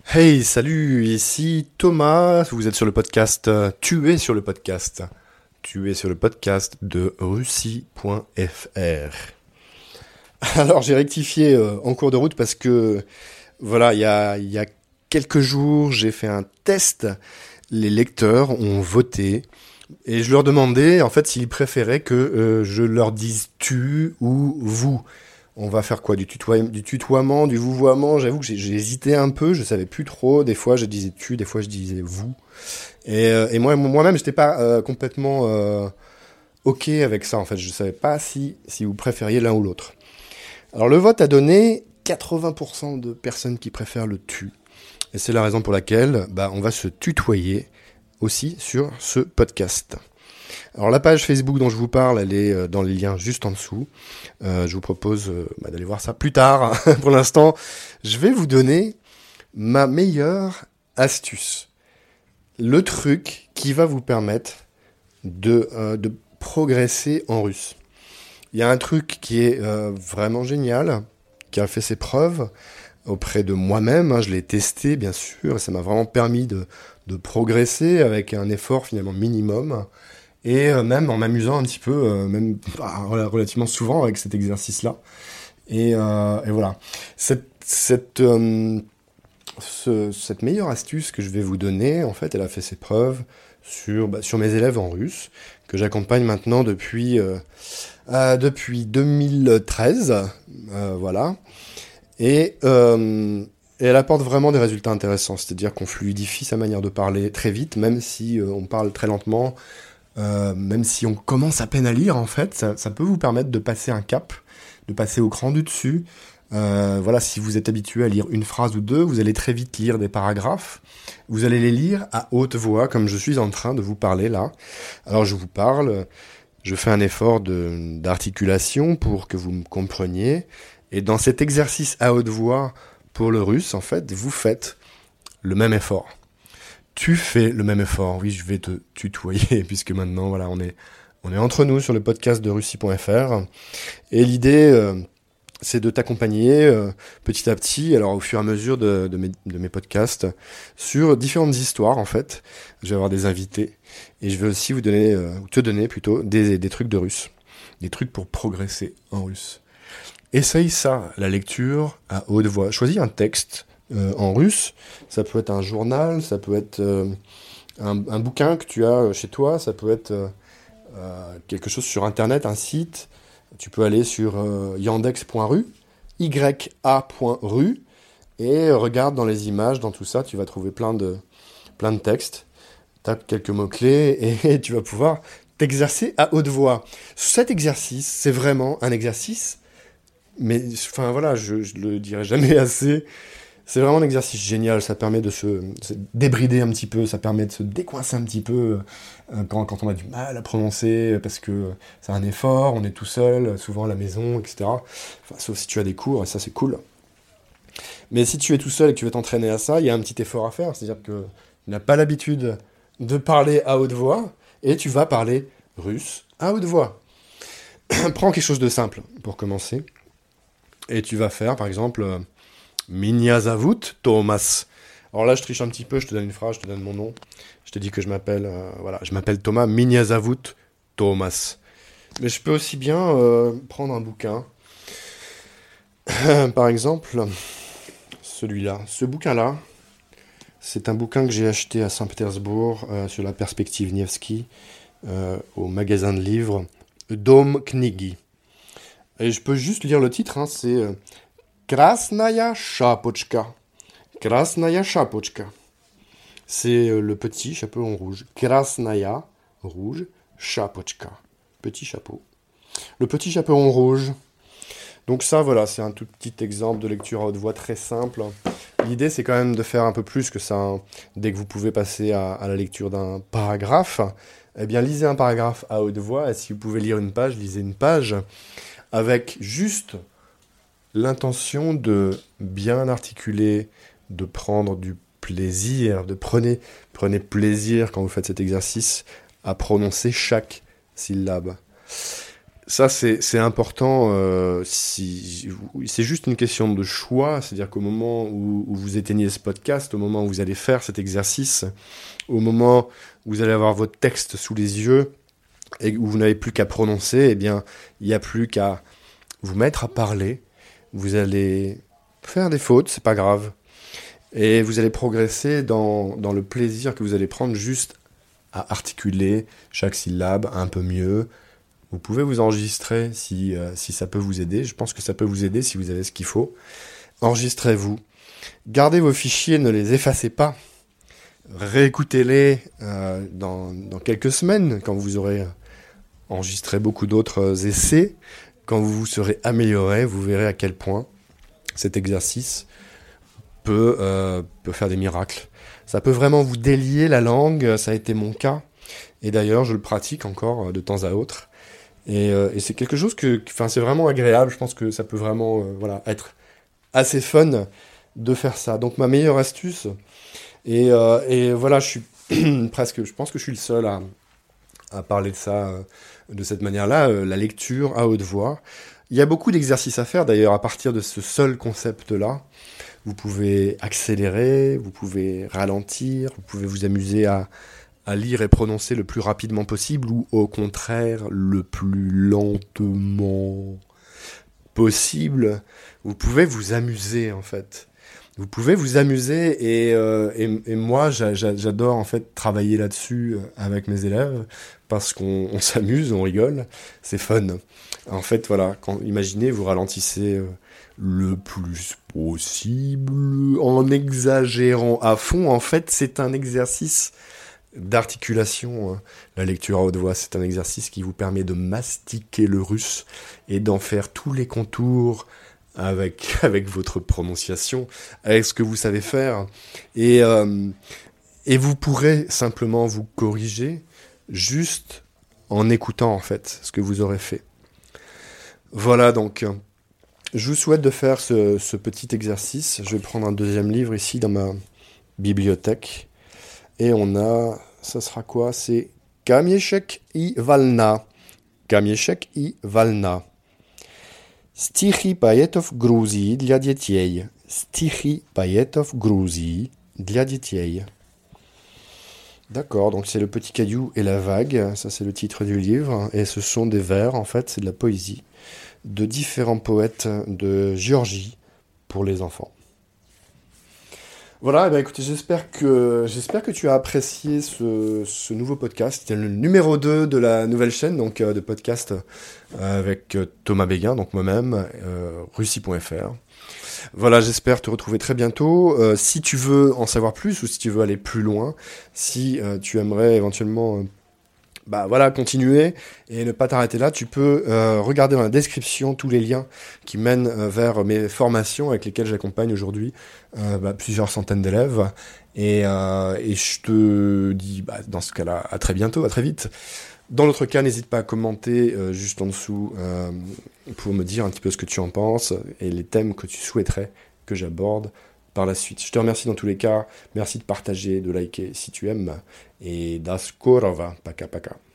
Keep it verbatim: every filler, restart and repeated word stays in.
Hey, salut, ici Thomas, vous êtes sur le podcast, euh, tu es sur le podcast, tu es sur le podcast de russie point f r. Alors j'ai rectifié euh, en cours de route parce que, voilà, il y a, il y a quelques jours, j'ai fait un test, les lecteurs ont voté, et je leur demandais en fait s'ils préféraient que euh, je leur dise tu ou vous. On va faire quoi? Du tutoiement, du tutoiement, du vouvoiement? J'avoue que j'ai j'ai hésité un peu, je savais plus trop. Des fois, je disais tu, des fois, je disais vous. Et, euh, et moi, moi-même, j'étais pas euh, complètement euh, ok avec ça. En fait, je savais pas si si vous préfériez l'un ou l'autre. Alors, le vote a donné quatre-vingts pour cent de personnes qui préfèrent le tu. Et c'est la raison pour laquelle, bah, on va se tutoyer aussi sur ce podcast. Alors la page Facebook dont je vous parle, elle est dans les liens juste en dessous. Euh, je vous propose euh, bah, d'aller voir ça plus tard. Pour l'instant, je vais vous donner ma meilleure astuce. Le truc qui va vous permettre de, euh, de progresser en russe. Il y a un truc qui est euh, vraiment génial, qui a fait ses preuves auprès de moi-même. Hein, je l'ai testé, bien sûr, et ça m'a vraiment permis de, de progresser avec un effort finalement minimum. Et euh, même en m'amusant un petit peu, euh, même bah, relativement souvent avec cet exercice-là. Et, euh, et voilà. Cette, cette, euh, ce, cette meilleure astuce que je vais vous donner, en fait, elle a fait ses preuves sur, bah, sur mes élèves en russe, que j'accompagne maintenant depuis, euh, euh, depuis deux mille treize. Euh, voilà. Et, euh, et elle apporte vraiment des résultats intéressants. C'est-à-dire qu'on fluidifie sa manière de parler très vite, même si euh, on parle très lentement. Euh, même si on commence à peine à lire, en fait, ça, ça peut vous permettre de passer un cap, de passer au cran du dessus. Euh, voilà, si vous êtes habitué à lire une phrase ou deux, vous allez très vite lire des paragraphes. Vous allez les lire à haute voix, comme je suis en train de vous parler là. Alors je vous parle, je fais un effort de, d'articulation pour que vous me compreniez. Et dans cet exercice à haute voix pour le russe, en fait, vous faites le même effort. Tu fais le même effort. Oui, je vais te tutoyer, puisque maintenant, voilà, on est, on est entre nous sur le podcast de russie point f r. Et l'idée, euh, c'est de t'accompagner euh, petit à petit, alors au fur et à mesure de, de, mes, de mes podcasts, sur différentes histoires, en fait. Je vais avoir des invités. Et je vais aussi vous donner, euh, te donner plutôt, des, des trucs de russe. Des trucs pour progresser en russe. Essaye ça, la lecture à haute voix. Choisis un texte Euh, en russe, ça peut être un journal, ça peut être euh, un, un bouquin que tu as chez toi, ça peut être euh, euh, quelque chose sur internet, un site. Tu peux aller sur euh, yandex point ru, y a point ru, et regarde dans les images, dans tout ça, tu vas trouver plein de, plein de textes. Tape quelques mots-clés et tu vas pouvoir t'exercer à haute voix. Cet exercice, c'est vraiment un exercice, mais enfin voilà, je, je le dirai jamais assez. C'est vraiment un exercice génial, ça permet de se, se débrider un petit peu, ça permet de se décoincer un petit peu euh, quand, quand on a du mal à prononcer, parce que c'est un effort, on est tout seul, souvent à la maison, et cetera. Enfin, sauf si tu as des cours, et ça c'est cool. Mais si tu es tout seul et que tu veux t'entraîner à ça, il y a un petit effort à faire, c'est-à-dire que tu n'as pas l'habitude de parler à haute voix, et tu vas parler russe à haute voix. Prends quelque chose de simple pour commencer, et tu vas faire par exemple... Euh, Меня зовут Thomas. Alors là, je triche un petit peu, je te donne une phrase, je te donne mon nom. Je te dis que je m'appelle, euh, voilà, je m'appelle Thomas. Меня зовут Thomas. Mais je peux aussi bien euh, prendre un bouquin. Par exemple, celui-là. Ce bouquin-là, c'est un bouquin que j'ai acheté à Saint-Pétersbourg, euh, sur la perspective Nevsky, euh, au magasin de livres Dom Knigi. Et je peux juste lire le titre, hein, c'est... Euh, Krasnaya Shapochka. Krasnaya Shapochka. C'est le petit chapeau en rouge. Krasnaya, rouge, Shapochka. Petit chapeau. Le petit chapeau en rouge. Donc ça, voilà, c'est un tout petit exemple de lecture à haute voix très simple. L'idée, c'est quand même de faire un peu plus que ça. Hein. Dès que vous pouvez passer à, à la lecture d'un paragraphe, eh bien, lisez un paragraphe à haute voix. Et si vous pouvez lire une page, lisez une page avec juste... l'intention de bien articuler, de prendre du plaisir, de prenez, prenez plaisir quand vous faites cet exercice à prononcer chaque syllabe. ça, c'est, c'est important. Euh, si, c'est juste une question de choix. C'est-à-dire qu'au moment où, où vous éteignez ce podcast, au moment où vous allez faire cet exercice, au moment où vous allez avoir votre texte sous les yeux et où vous n'avez plus qu'à prononcer, eh bien, il n'y a plus qu'à vous mettre à parler. Vous allez faire des fautes, c'est pas grave. Et vous allez progresser dans, dans le plaisir que vous allez prendre juste à articuler chaque syllabe un peu mieux. Vous pouvez vous enregistrer si, euh, si ça peut vous aider. Je pense que ça peut vous aider si vous avez ce qu'il faut. Enregistrez-vous. Gardez vos fichiers, ne les effacez pas. Réécoutez-les euh, dans, dans quelques semaines, quand vous aurez enregistré beaucoup d'autres essais. Quand vous vous serez amélioré, vous verrez à quel point cet exercice peut, euh, peut faire des miracles. Ça peut vraiment vous délier la langue, ça a été mon cas. Et d'ailleurs, je le pratique encore de temps à autre. Et, euh, et c'est quelque chose que, enfin, c'est vraiment agréable. Je pense que ça peut vraiment, euh, voilà, être assez fun de faire ça. Donc ma meilleure astuce, et, euh, et voilà, je suis presque, je pense que je suis le seul à, à parler de ça euh, de cette manière-là, euh, la lecture à haute voix. Il y a beaucoup d'exercices à faire d'ailleurs à partir de ce seul concept-là. Vous pouvez accélérer, vous pouvez ralentir, vous pouvez vous amuser à à lire et prononcer le plus rapidement possible ou au contraire le plus lentement possible. Vous pouvez vous amuser en fait. Vous pouvez vous amuser et, euh, et, et moi j'a, j'adore en fait travailler là-dessus avec mes élèves parce qu'on on s'amuse, on rigole, c'est fun. En fait voilà, quand, imaginez vous ralentissez euh, le plus possible en exagérant à fond. En fait c'est un exercice d'articulation. La lecture à haute voix, c'est un exercice qui vous permet de mastiquer le russe et d'en faire tous les contours avec, avec votre prononciation, avec ce que vous savez faire. Et, euh, et vous pourrez simplement vous corriger juste en écoutant en fait ce que vous aurez fait. Voilà donc. Je vous souhaite de faire ce, ce petit exercice. Je vais prendre un deuxième livre ici dans ma bibliothèque. Et on a, ça sera quoi? C'est Kamieszek i Walna. Kamieszek i Walna. Stichy poetów Gruzji dla dzieci. Stichy poetów Gruzji dla dzieci. D'accord, donc c'est le petit caillou et la vague. Ça c'est le titre du livre. Et ce sont des vers, en fait, c'est de la poésie de différents poètes de Géorgie pour les enfants. Voilà, eh bien, écoutez, j'espère que, j'espère que tu as apprécié ce, ce nouveau podcast. C'était le numéro deux de la nouvelle chaîne, donc euh, de podcast euh, avec euh, Thomas Béguin, donc moi-même, euh, Russie point F R. Voilà, j'espère te retrouver très bientôt. Euh, si tu veux en savoir plus ou si tu veux aller plus loin, si euh, tu aimerais éventuellement... Euh, Bah voilà, continuer et ne pas t'arrêter là. Tu peux euh, regarder dans la description tous les liens qui mènent euh, vers mes formations avec lesquelles j'accompagne aujourd'hui euh, bah, plusieurs centaines d'élèves. Et, euh, et je te dis, bah, dans ce cas-là, à très bientôt, à très vite. Dans l'autre cas, n'hésite pas à commenter euh, juste en dessous euh, pour me dire un petit peu ce que tu en penses et les thèmes que tu souhaiterais que j'aborde par la suite. Je te remercie dans tous les cas. Merci de partager, de liker si tu aimes. Et das korova, paka paka.